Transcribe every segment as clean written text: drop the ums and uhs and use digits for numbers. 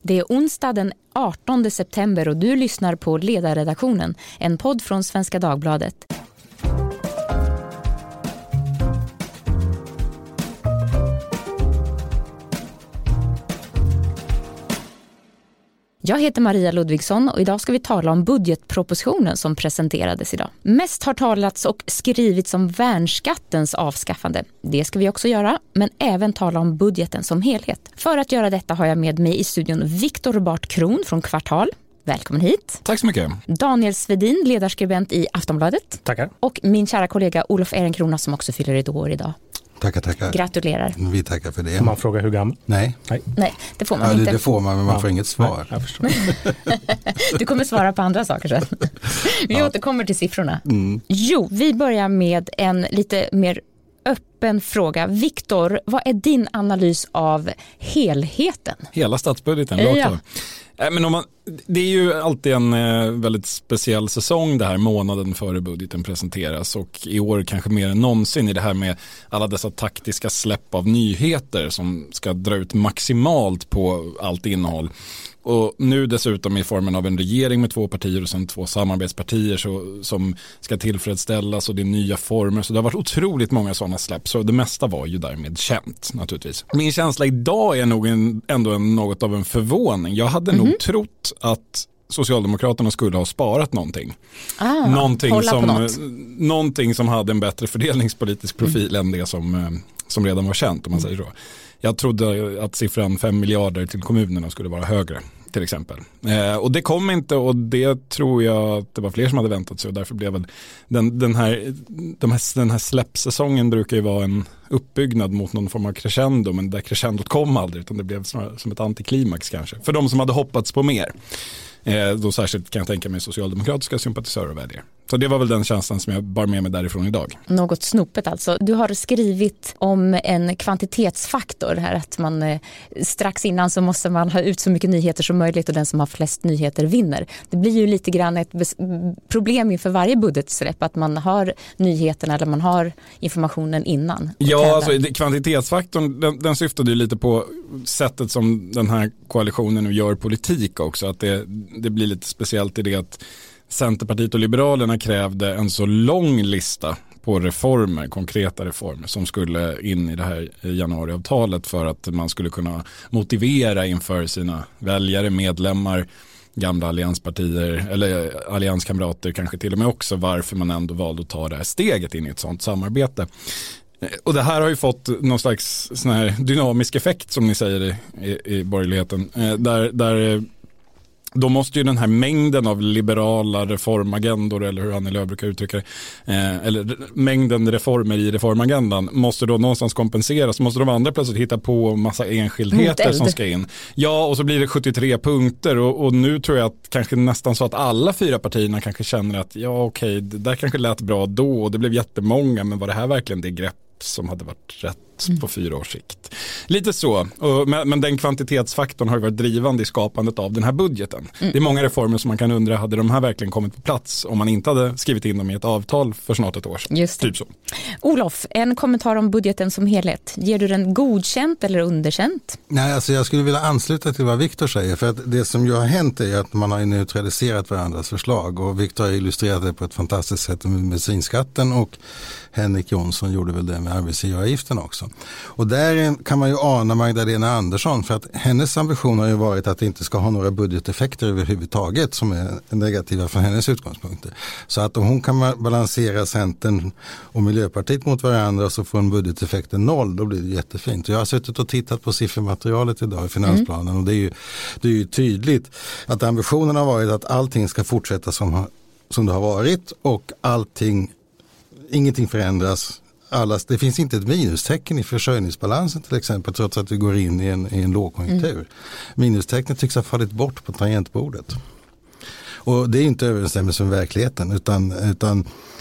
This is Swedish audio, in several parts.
Det är onsdag den 18 september och du lyssnar på Ledarredaktionen, en podd från Svenska Dagbladet. Jag heter Maria Ludvigsson och idag ska vi tala om budgetpropositionen som presenterades idag. Mest har talats och skrivits om värnskattens avskaffande. Det ska vi också göra, men även tala om budgeten som helhet. För att göra detta har jag med mig i studion Viktor Bart Kron från Kvartal. Välkommen hit. Tack så mycket. Daniel Svedin, ledarskribent i Aftonbladet. Tackar. Och min kära kollega Olof Ehrenkrona som också fyller ett år idag. Tackar. Gratulerar. Vi tackar för det. Får man fråga hur gammal? Nej, det får man inte. Det får man, men man får inget svar. Nej, jag förstår. Du kommer svara på andra saker sen. Vi återkommer till siffrorna. Jo, vi börjar med en lite mer öppen fråga. Viktor, vad är din analys av helheten? Hela statsbudgeten, ja. Men det är ju alltid en väldigt speciell säsong det här månaden före budgeten presenteras, och i år kanske mer än någonsin i det här med alla dessa taktiska släpp av nyheter som ska dra ut maximalt på allt innehåll. Och nu dessutom i formen av en regering med 2 partier och sen 2 samarbetspartier som ska tillfredsställas, och det är nya former. Så det har varit otroligt många sådana släpp. Så det mesta var ju därmed känt naturligtvis. Min känsla idag är nog ändå något av en förvåning. Jag hade nog trott att Socialdemokraterna skulle ha sparat någonting. Någonting som hade en bättre fördelningspolitisk profil än det som redan var känt, om man säger så. Jag trodde att siffran 5 miljarder till kommunerna skulle vara högre, till exempel. Och det kom inte, och det tror jag att det var fler som hade väntat sig, och därför blev väl den här släppsäsongen brukar ju vara en uppbyggnad mot någon form av crescendo, men där crescendot kom aldrig, utan det blev som ett antiklimax kanske. För de som hade hoppats på mer. Då särskilt kan jag tänka mig socialdemokratiska sympatisörer och väljare. Så det var väl den känslan som jag bar med mig därifrån idag. Något snopet alltså. Du har skrivit om en kvantitetsfaktor här, att man strax innan så måste man ha ut så mycket nyheter som möjligt och den som har flest nyheter vinner. Det blir ju lite grann ett problem inför varje budgetsläpp att man har nyheterna eller man har informationen innan. Ja, alltså kvantitetsfaktorn den syftade ju lite på sättet som den här koalitionen nu gör politik också, att det blir lite speciellt i det att Centerpartiet och Liberalerna krävde en så lång lista på reformer, konkreta reformer som skulle in i det här januariavtalet för att man skulle kunna motivera inför sina väljare, medlemmar, gamla allianspartier eller allianskamrater kanske till och med också, varför man ändå valde att ta det här steget in i ett sånt samarbete. Och det här har ju fått någon slags sån här dynamisk effekt som ni säger i borgerligheten, där då måste ju den här mängden av liberala reformagendor, eller hur Annie Lööf brukar uttrycka det, eller mängden reformer i reformagendan måste då någonstans kompenseras. Så måste de andra plötsligt hitta på massa enskildheter som ska in. Ja, och så blir det 73 punkter och nu tror jag att kanske nästan så att alla 4 partierna kanske känner att ja okej, det där kanske lät bra då och det blev jättemånga, men var det här verkligen det grepp som hade varit rätt på 4 års sikt? Lite så, men den kvantitetsfaktorn har ju varit drivande i skapandet av den här budgeten. Det är många reformer som man kan undra, hade de här verkligen kommit på plats om man inte hade skrivit in dem i ett avtal för snart ett år sedan? Just det. Typ så. Olof, en kommentar om budgeten som helhet. Ger du den godkänt eller underkänt? Nej, alltså jag skulle vilja ansluta till vad Viktor säger, för att det som ju har hänt är att man har neutraliserat varandras förslag, och Viktor har illustrerat det på ett fantastiskt sätt med bensinskatten, och Henrik Jonsson gjorde väl det med arbetsgivaravgiften också. Och där kan man ju ana Magdalena Andersson, för att hennes ambition har ju varit att det inte ska ha några budgeteffekter överhuvudtaget som är negativa från hennes utgångspunkter. Så att om hon kan balansera Centern och Miljöpartiet mot varandra och så får en budgeteffekten 0, då blir det jättefint. Och jag har suttit och tittat på siffermaterialet idag i finansplanen och det är ju tydligt att ambitionen har varit att allting ska fortsätta som det har varit, och ingenting förändras. Det finns inte ett minustecken i försörjningsbalansen till exempel, trots att vi går in i en lågkonjunktur. Minustecknet tycks ha fallit bort på tangentbordet. Och det är inte överensstämmelse med verkligheten, utan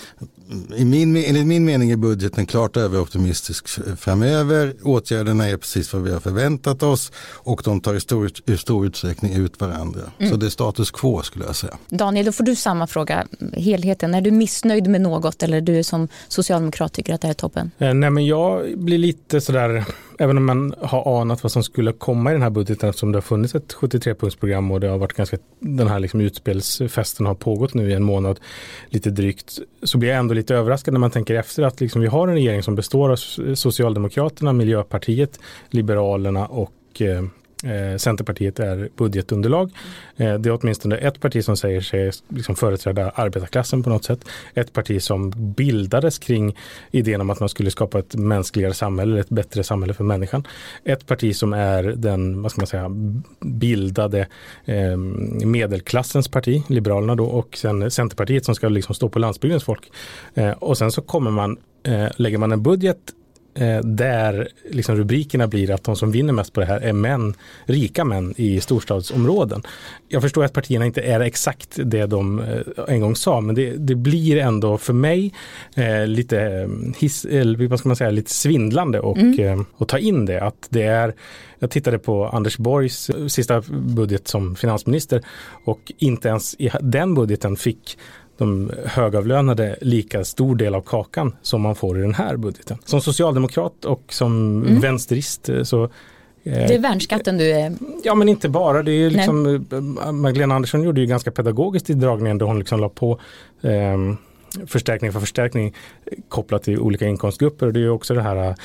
enligt min mening är budgeten klart överoptimistisk framöver. Åtgärderna är precis vad vi har förväntat oss, och de tar i stor utsträckning ut varandra. Så det är status quo, skulle jag säga. Daniel, då får du samma fråga. Helheten, är du missnöjd med något, eller du som socialdemokrat tycker att det här är toppen? Nej, men jag blir lite sådär även om man har anat vad som skulle komma i den här budgeten, eftersom det har funnits ett 73-punktsprogram och det har varit ganska, den här liksom utspelsfesten har pågått nu i en månad lite drygt, så blir jag ändå lite överraskad när man tänker efter att liksom vi har en regering som består av Socialdemokraterna, Miljöpartiet, Liberalerna och Centerpartiet är budgetunderlag. Det är åtminstone ett parti som säger sig liksom företräda arbetarklassen på något sätt. Ett parti som bildades kring idén om att man skulle skapa ett mänskligare samhälle, ett bättre samhälle för människan. Ett parti som är den, vad ska man säga, bildade medelklassens parti, Liberalerna då, och sen Centerpartiet som ska liksom stå på landsbygdens folk. Och sen så lägger man en budget där liksom rubrikerna blir att de som vinner mest på det här är rika män i storstadsområden. Jag förstår att partierna inte är exakt det de en gång sa, men det blir ändå för mig lite lite svindlande och ta in det. Att det är, jag tittade på Anders Borgs sista budget som finansminister och inte ens i den budgeten fick de högavlönade lika stor del av kakan som man får i den här budgeten. Som socialdemokrat och som vänsterist så... Det är värnskatten du är... Ja, men inte bara. Det är liksom, Magdalena Andersson gjorde ju ganska pedagogiskt i dragningen då hon liksom la på förstärkning för förstärkning kopplat till olika inkomstgrupper. Och det är ju också det här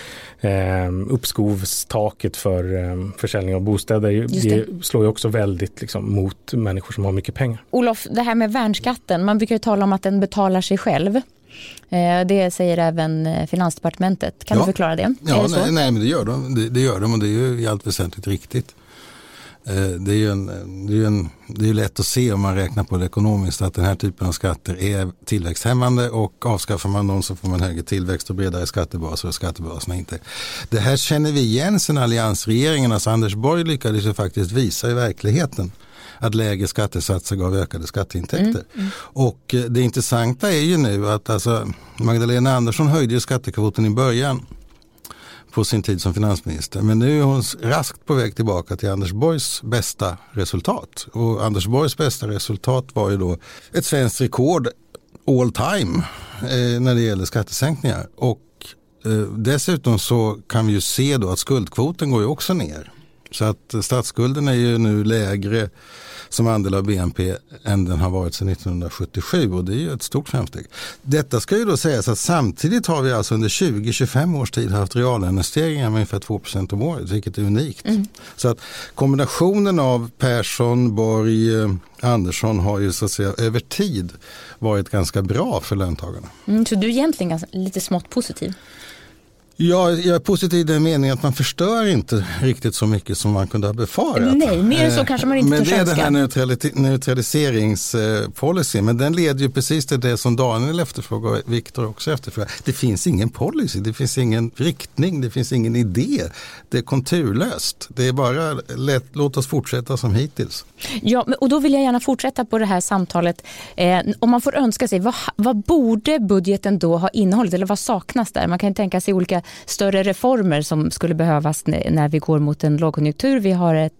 uppskovstaket för försäljning av bostäder. Det slår ju också väldigt liksom, mot människor som har mycket pengar. Olof, det här med värnskatten, man brukar ju tala om att den betalar sig själv. Det säger även Finansdepartementet. Kan du förklara det? Ja, nej, men det gör de. Det gör de och det är ju i allt väsentligt riktigt. Det är ju lätt att se om man räknar på det ekonomiskt att den här typen av skatter är tillväxthämmande och avskaffar man dem så får man högre tillväxt och bredare skattebaser och skattebaserna inte. Det här känner vi igen sedan alliansregeringen. Alltså Anders Borg lyckades ju faktiskt visa i verkligheten att lägre skattesatser gav ökade skatteintäkter. Och det intressanta är ju nu att alltså, Magdalena Andersson höjde ju skattekvoten i början på sin tid som finansminister. Men nu är hon raskt på väg tillbaka till Anders Borgs bästa resultat. Och Anders Borgs bästa resultat var ju då ett svenskt rekord all time när det gäller skattesänkningar. Och dessutom så kan vi ju se då att skuldkvoten går ju också ner. Så att statsskulden är ju nu lägre som andel av BNP än den har varit sedan 1977 och det är ju ett stort framsteg. Detta ska ju då sägas att samtidigt har vi alltså under 20-25 års tid haft realinvesteringar med ungefär 2% om året, vilket är unikt. Så att kombinationen av Persson, Borg, Andersson har ju så att säga över tid varit ganska bra för löntagarna. Så du är egentligen lite smått positiv? Ja, jag är positiv i den meningen att man förstör inte riktigt så mycket som man kunde ha befarat. Nej, mer så kanske man inte men törs önska. Men det är den här neutraliseringspolicy, men den leder ju precis till det som Daniel efterfrågar och Viktor också efterfrågar. Det finns ingen policy, det finns ingen riktning, det finns ingen idé. Det är konturlöst. Det är bara låt oss fortsätta som hittills. Ja, och då vill jag gärna fortsätta på det här samtalet. Om man får önska sig, vad borde budgeten då ha innehållit eller vad saknas där? Man kan tänka sig olika större reformer som skulle behövas när vi går mot en lågkonjunktur. Vi har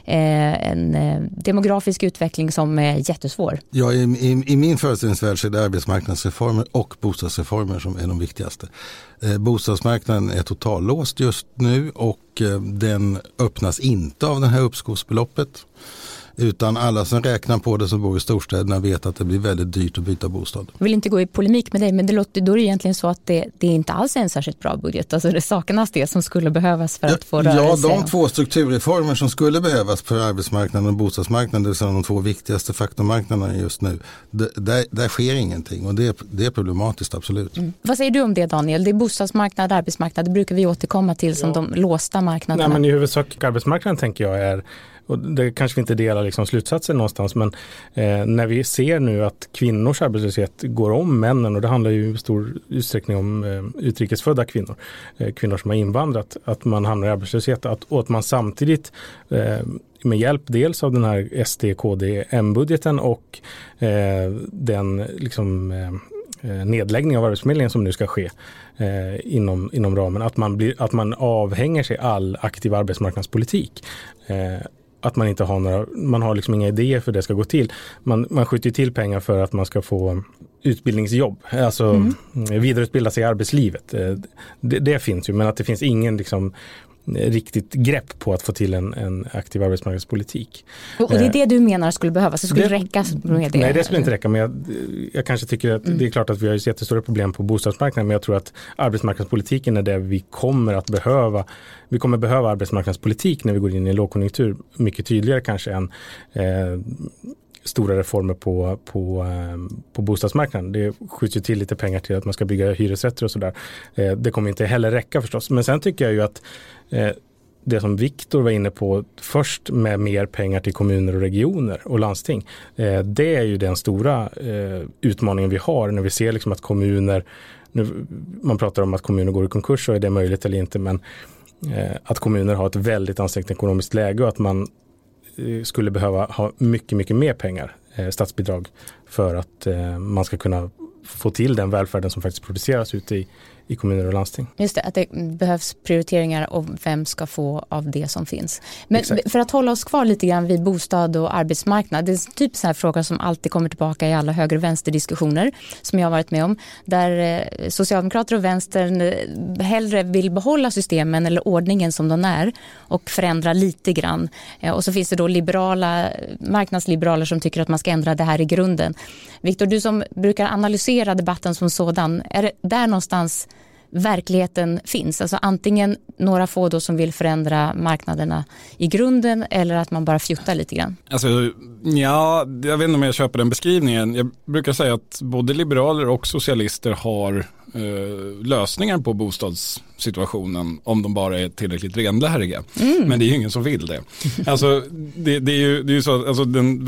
en demografisk utveckling som är jättesvår. Ja, i min föreställningsvärld så är det arbetsmarknadsreformer och bostadsreformer som är de viktigaste. Bostadsmarknaden är totallåst just nu och den öppnas inte av det här uppskovsbeloppet. Utan alla som räknar på det som bor i storstäderna vet att det blir väldigt dyrt att byta bostad. Jag vill inte gå i polemik med dig, men då är det egentligen så att det inte alls är en särskilt bra budget. Alltså det saknas det som skulle behövas för att få rörelse. Ja, de två strukturreformer som skulle behövas för arbetsmarknaden och bostadsmarknaden, det är de två viktigaste faktormarknaderna just nu. Där sker ingenting och det är problematiskt, absolut. Vad säger du om det, Daniel? Det är bostadsmarknad, arbetsmarknad, det brukar vi återkomma till som de låsta marknaderna. Nej, men i huvudsak arbetsmarknaden tänker jag är, och det kanske vi inte delar liksom slutsatsen någonstans, men när vi ser nu att kvinnors arbetslöshet går om männen, och det handlar ju i stor utsträckning om utrikesfödda kvinnor, kvinnor som har invandrat, att man hamnar i arbetslöshet, och att man samtidigt med hjälp dels av den här SD-KD-M-budgeten och den liksom nedläggning av Arbetsförmedlingen som nu ska ske inom ramen, att man avhänger sig all aktiv arbetsmarknadspolitik. Att man inte har man har liksom inga idéer för det ska gå till. Man skjuter till pengar för att man ska få utbildningsjobb, alltså vidareutbilda sig i arbetslivet. Det finns ju, men att det finns ingen liksom riktigt grepp på att få till en aktiv arbetsmarknadspolitik. Och det är det du menar skulle behövas? Det skulle räcka med det? Nej, det skulle inte räcka, men jag kanske tycker att det är klart att vi har jättestora problem på bostadsmarknaden, men jag tror att arbetsmarknadspolitiken är det vi kommer att behöva. Vi kommer behöva arbetsmarknadspolitik när vi går in i en lågkonjunktur mycket tydligare kanske än stora reformer på bostadsmarknaden. Det skjuts ju till lite pengar till att man ska bygga hyresrätter och sådär. Det kommer inte heller räcka förstås. Men sen tycker jag ju att det som Viktor var inne på först med mer pengar till kommuner och regioner och landsting, det är ju den stora utmaningen vi har när vi ser liksom att kommuner, man pratar om att kommuner går i konkurs, så är det möjligt eller inte, men att kommuner har ett väldigt ansträngt ekonomiskt läge och att man skulle behöva ha mycket, mycket mer pengar, statsbidrag, för att man ska kunna få till den välfärden som faktiskt produceras ute i kommuner och landsting. Just det, att det behövs prioriteringar och vem ska få av det som finns. Men exakt. För att hålla oss kvar lite grann vid bostad och arbetsmarknad, det är typ så här fråga som alltid kommer tillbaka i alla höger- och vänsterdiskussioner som jag har varit med om, där socialdemokrater och vänstern hellre vill behålla systemen eller ordningen som de är och förändra lite grann. Och så finns det då marknadsliberaler som tycker att man ska ändra det här i grunden. Viktor, du som brukar analysera debatten som sådan, är det där någonstans verkligheten finns? Alltså antingen några få då som vill förändra marknaderna i grunden, eller att man bara fjuttar lite grann? Alltså, ja, jag vet inte om jag köper den beskrivningen. Jag brukar säga att både liberaler och socialister har lösningar på bostadssituationen om de bara är tillräckligt renläriga. Men det är ju ingen som vill det. Alltså, det är ju så, alltså den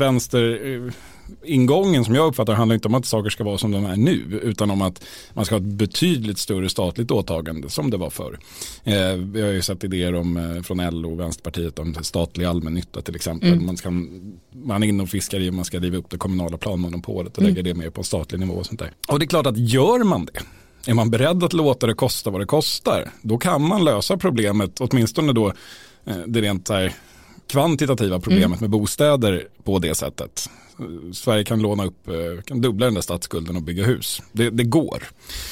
ingången som jag uppfattar handlar inte om att saker ska vara som de är nu, utan om att man ska ha ett betydligt större statligt åtagande som det var förr. Vi har ju sett idéer om från LO och Vänsterpartiet om statlig allmännytta till exempel. Man är inne och fiskar i om man ska riva upp det kommunala planmonopolet och lägga det mer på statlig nivå och sånt där. Och det är klart att gör man det, är man beredd att låta det kosta vad det kostar, då kan man lösa problemet, åtminstone då det rent här kvantitativa problemet med bostäder på det sättet. Sverige kan låna upp, kan dubbla den där statsskulden och bygga hus. Det går.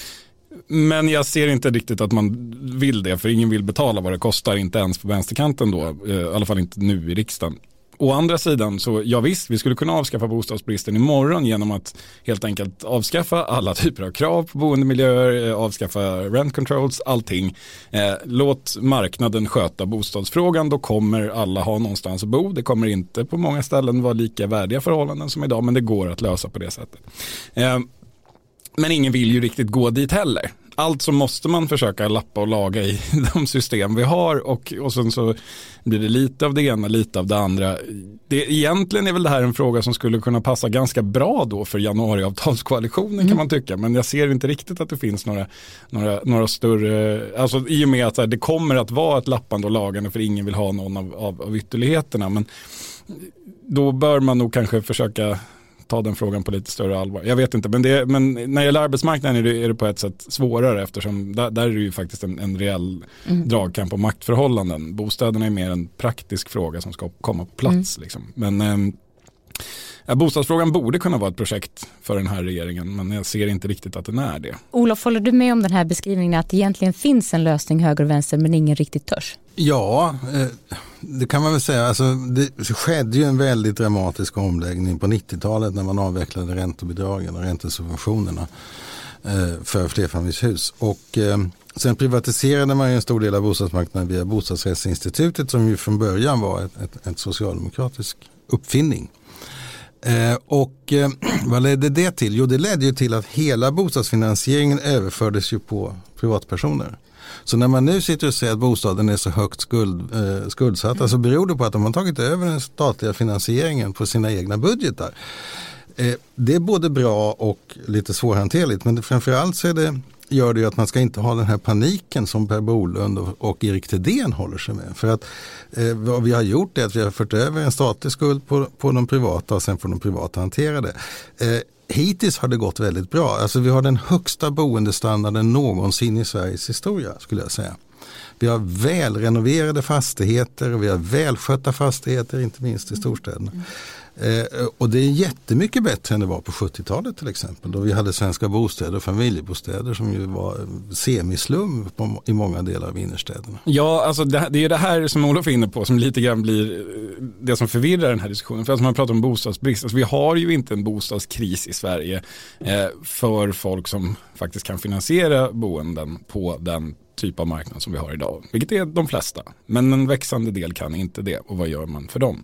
Men jag ser inte riktigt att man vill det, för ingen vill betala vad det kostar, inte ens på vänsterkanten då, i alla fall inte nu i riksdagen. Å andra sidan så, ja visst, vi skulle kunna avskaffa bostadsbristen imorgon genom att helt enkelt avskaffa alla typer av krav på boendemiljöer, avskaffa rent controls, allting. Låt marknaden sköta bostadsfrågan, då kommer alla ha någonstans att bo. Det kommer inte på många ställen vara lika värdiga förhållanden som idag, men det går att lösa på det sättet. Men ingen vill ju riktigt gå dit heller. Alltså måste man försöka lappa och laga i de system vi har, och sen så blir det lite av det ena, lite av det andra. Egentligen är väl det här en fråga som skulle kunna passa ganska bra då för januariavtalskoalitionen kan man tycka, men jag ser inte riktigt att det finns några större, alltså i och med att det kommer att vara ett lappande och lagande för ingen vill ha någon av ytterligheterna, men då bör man nog kanske försöka ta den frågan på lite större allvar. Jag vet inte, men när det gäller arbetsmarknaden är det på ett sätt svårare, eftersom där är det ju faktiskt en reell dragkamp om maktförhållanden. Bostäderna är mer en praktisk fråga som ska komma på plats. Liksom. Men bostadsfrågan borde kunna vara ett projekt för den här regeringen, men jag ser inte riktigt att den är det. Olof, håller du med om den här beskrivningen att det egentligen finns en lösning höger och vänster, men ingen riktigt törs? Ja, det kan man väl säga. Alltså, det skedde ju en väldigt dramatisk omläggning på 90-talet när man avvecklade räntebidragen och räntesubventionerna för flerfamiljshus. Och sen privatiserade man ju en stor del av bostadsmarknaden via Bostadsrättsinstitutet, som ju från början var ett socialdemokratisk uppfinning. Vad ledde det till? Jo, det ledde ju till att hela bostadsfinansieringen överfördes ju på privatpersoner. Så när man nu sitter och säger att bostaden är så högt skuldsatt, så beror det på att de har tagit över den statliga finansieringen på sina egna budgetar. Det är både bra och lite svårhanterligt, men framförallt så gör det ju att man ska inte ha den här paniken som Per Bolund och Erik Thedéen håller sig med. För att vad vi har gjort är att vi har fört över en statlig skuld på de privata, och sen får de privata hantera det. Hittills har det gått väldigt bra. Alltså vi har den högsta boendestandarden någonsin i Sveriges historia, skulle jag säga. Vi har välrenoverade fastigheter och vi har välskötta fastigheter, inte minst i storstäderna. Och det är jättemycket bättre än det var på 70-talet till exempel, då vi hade Svenska Bostäder och Familjebostäder som ju var semislum i många delar av innerstäderna. Ja, alltså det är ju det här som Olof är inne på som lite grann blir det som förvirrar den här diskussionen. För att man pratar om bostadsbrist, alltså vi har ju inte en bostadskris i Sverige för folk som faktiskt kan finansiera boenden på den typ av marknad som vi har idag, vilket är de flesta. Men en växande del kan inte det, och vad gör man för dem?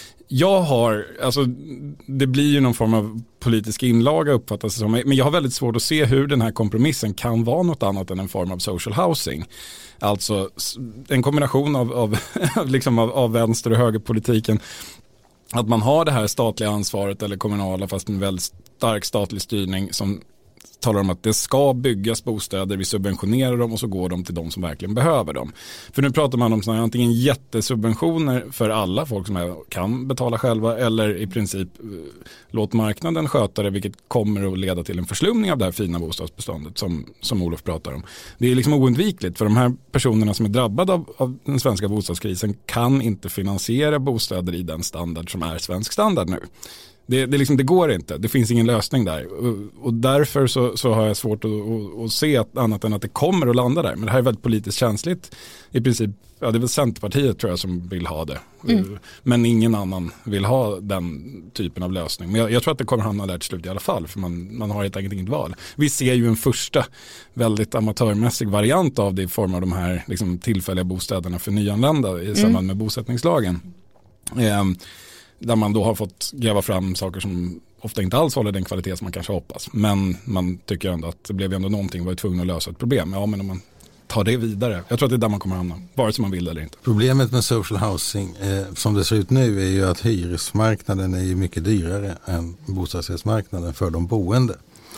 Det blir ju någon form av politisk inlaga uppfattas det som, men jag har väldigt svårt att se hur den här kompromissen kan vara något annat än en form av social housing. Alltså en kombination av vänster- och högerpolitiken. Att man har det här statliga ansvaret eller kommunala, fast med väldigt stark statlig styrning som talar om att det ska byggas bostäder, vi subventionerar dem och så går de till de som verkligen behöver dem. För nu pratar man om sådana antingen jättesubventioner för alla folk som kan betala själva, eller i princip låt marknaden sköta det, vilket kommer att leda till en förslumning av det här fina bostadsbeståndet som Olof pratar om. Det är liksom oundvikligt, för de här personerna som är drabbade av den svenska bostadskrisen kan inte finansiera bostäder i den standard som är svensk standard nu. Det går inte. Det finns ingen lösning där. Och därför så har jag svårt att se annat än att det kommer att landa där. Men det här är väldigt politiskt känsligt. I princip, det är väl Centerpartiet tror jag som vill ha det. Men ingen annan vill ha den typen av lösning. Men jag tror att det kommer hamna där till slut i alla fall. För man har helt enkelt inget val. Vi ser ju en första väldigt amatörmässig variant av det i form av de här liksom, tillfälliga bostäderna för nyanlända i samband med bosättningslagen. Där man då har fått gräva fram saker som ofta inte alls håller den kvalitet som man kanske hoppas. Men man tycker ändå att det blev ändå någonting, var tvungen att lösa ett problem. Ja, men om man tar det vidare. Jag tror att det är där man kommer hamna, vare sig man vill eller inte. Problemet med social housing som det ser ut nu är ju att hyresmarknaden är ju mycket dyrare än bostadsrättsmarknaden för de boende.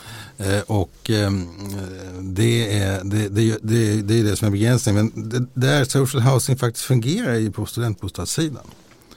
Det är det som är begränsningen. Men där social housing faktiskt fungerar ju på studentbostadssidan.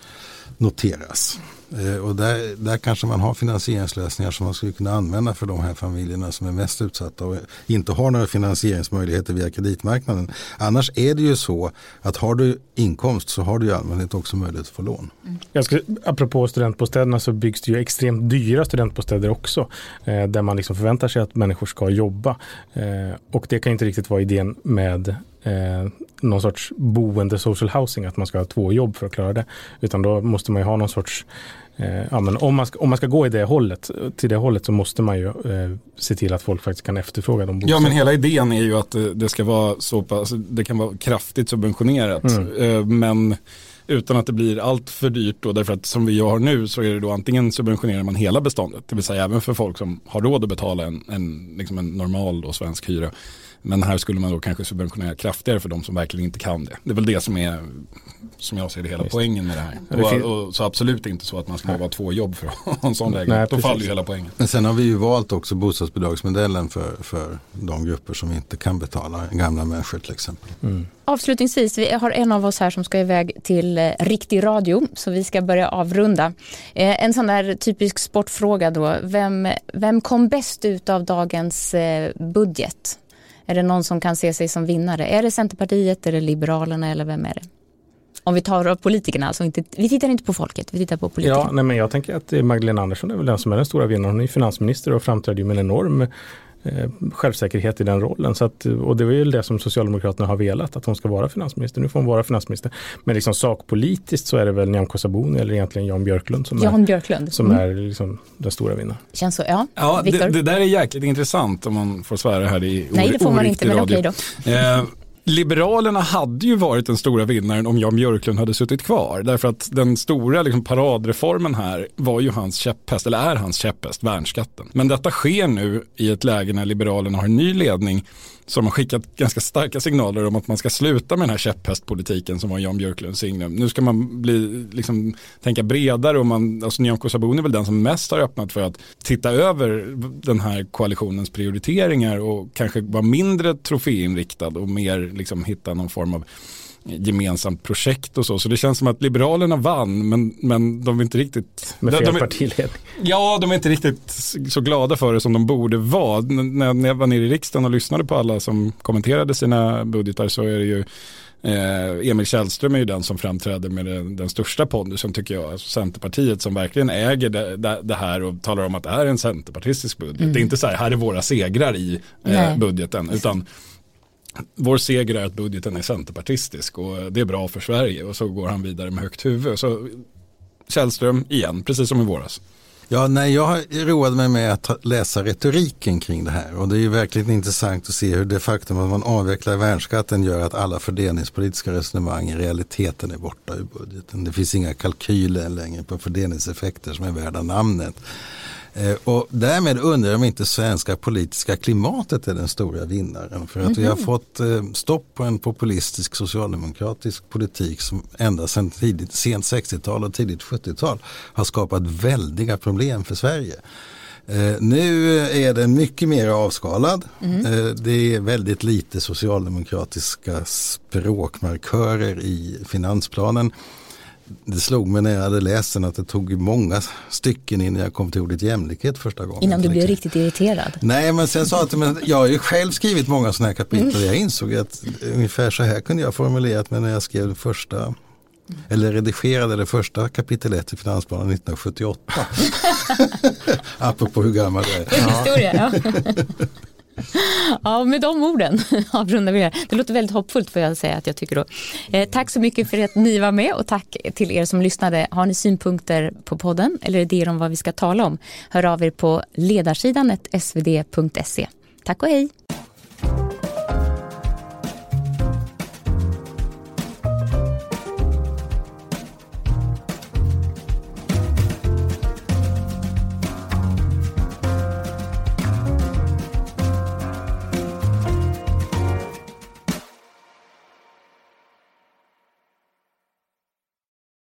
Noteras. Och där kanske man har finansieringslösningar som man skulle kunna använda för de här familjerna som är mest utsatta och inte har några finansieringsmöjligheter via kreditmarknaden. Annars är det ju så att har du inkomst så har du i allmänhet också möjlighet att få lån. Apropå studentbostäderna så byggs det ju extremt dyra studentbostäder också där man liksom förväntar sig att människor ska jobba. Och det kan inte riktigt vara idén med någon sorts boende social housing, att man ska ha 2 jobb för att klara det, utan då måste man ju ha någon sorts men om man ska gå till det hållet så måste man ju se till att folk faktiskt kan efterfråga de bostäderna. Ja, men hela idén är ju att det ska vara så pass, det kan vara kraftigt subventionerat men utan att det blir allt för dyrt då, därför att som vi har nu så är det då antingen subventionerar man hela beståndet, det vill säga även för folk som har råd att betala en normal och svensk hyra. Men här skulle man då kanske subventionera kraftigare för de som verkligen inte kan det. Det är väl det som är, som jag ser det, hela poängen med det här. Och så absolut inte så att man ska ha 2 jobb för att ha en sån lägenhet. Då faller ju hela poängen. Men sen har vi ju valt också bostadsbidragsmodellen för de grupper som inte kan betala, gamla människor till exempel. Avslutningsvis, vi har en av oss här som ska iväg till riktig radio, så vi ska börja avrunda. En sån där typisk sportfråga då. Vem kom bäst ut av dagens budget? Är det någon som kan se sig som vinnare? Är det Centerpartiet, är det Liberalerna eller vem är det? Om vi tar politikerna, alltså vi tittar inte på folket, vi tittar på politikerna. Ja, nej, men jag tänker att Magdalena Andersson är väl den som är den stora vinnaren. Hon är finansminister och framträder med en enorm självsäkerhet i den rollen. Så att, och det är ju det som Socialdemokraterna har velat, att hon ska vara finansminister. Nu får hon vara finansminister. Men liksom sakpolitiskt så är det väl Nyamko Sabuni eller egentligen Jan Björklund som är liksom den stora vinnaren. Känns så, ja. Ja, det där är jäkligt intressant om man får svära här i Nej, det får man inte, men okej då. Liberalerna hade ju varit den stora vinnaren om Jan Björklund hade suttit kvar. Därför att den stora paradreformen här var ju hans käpphäst, eller är hans käpphäst, värnskatten. Men detta sker nu i ett läge när Liberalerna har en ny ledning som har skickat ganska starka signaler om att man ska sluta med den här käpphästpolitiken som var Jan Björklunds signum. Nu ska man tänka bredare, och Nyamko Sabuni är väl den som mest har öppnat för att titta över den här koalitionens prioriteringar och kanske vara mindre troféinriktad och mer hitta någon form av gemensamt projekt och så det känns som att Liberalerna vann men de är inte riktigt med fel partiledning. Ja, de är inte riktigt så glada för det som de borde vara. När jag var nere i riksdagen och lyssnade på alla som kommenterade sina budgetar så är det ju Emil Källström är ju den som framträder med den största pondusen tycker jag. Alltså Centerpartiet som verkligen äger det här och talar om att det är en centerpartistisk budget. Det är inte så här är våra segrar i budgeten utan vår seger är att budgeten är centerpartistisk och det är bra för Sverige och så går han vidare med högt huvud. Så Källström igen, precis som i våras. Ja, nej, jag har roat mig med att läsa retoriken kring det här och det är ju verkligen intressant att se hur det faktum att man avvecklar värnskatten gör att alla fördelningspolitiska resonemang i realiteten är borta ur budgeten. Det finns inga kalkyler längre på fördelningseffekter som är värda namnet. Och därmed undrar jag om inte svenska politiska klimatet är den stora vinnaren. För att vi har fått stopp på en populistisk socialdemokratisk politik som ända sedan sent 60-tal och tidigt 70-tal har skapat väldiga problem för Sverige. Nu är den mycket mer avskalad. Det är väldigt lite socialdemokratiska språkmarkörer i finansplanen. Det slog mig när jag hade läst den att det tog många stycken innan jag kom till ordet jämlikhet första gången. Innan du blev riktigt irriterad? Nej, men sen sa jag har ju själv skrivit många sådana här kapitel. Jag insåg att ungefär så här kunde jag formulerat mig när jag skrev redigerade det första kapitel 1 i finansplanen 1978. Apropå hur gammal det är. Historia, ja. Ja, med de orden avrundar vi det. Det låter väldigt hoppfullt får jag säga att jag tycker då. Tack så mycket för att ni var med och tack till er som lyssnade. Har ni synpunkter på podden eller idéer om vad vi ska tala om? Hör av er på ledarsidan svd.se. Tack och hej!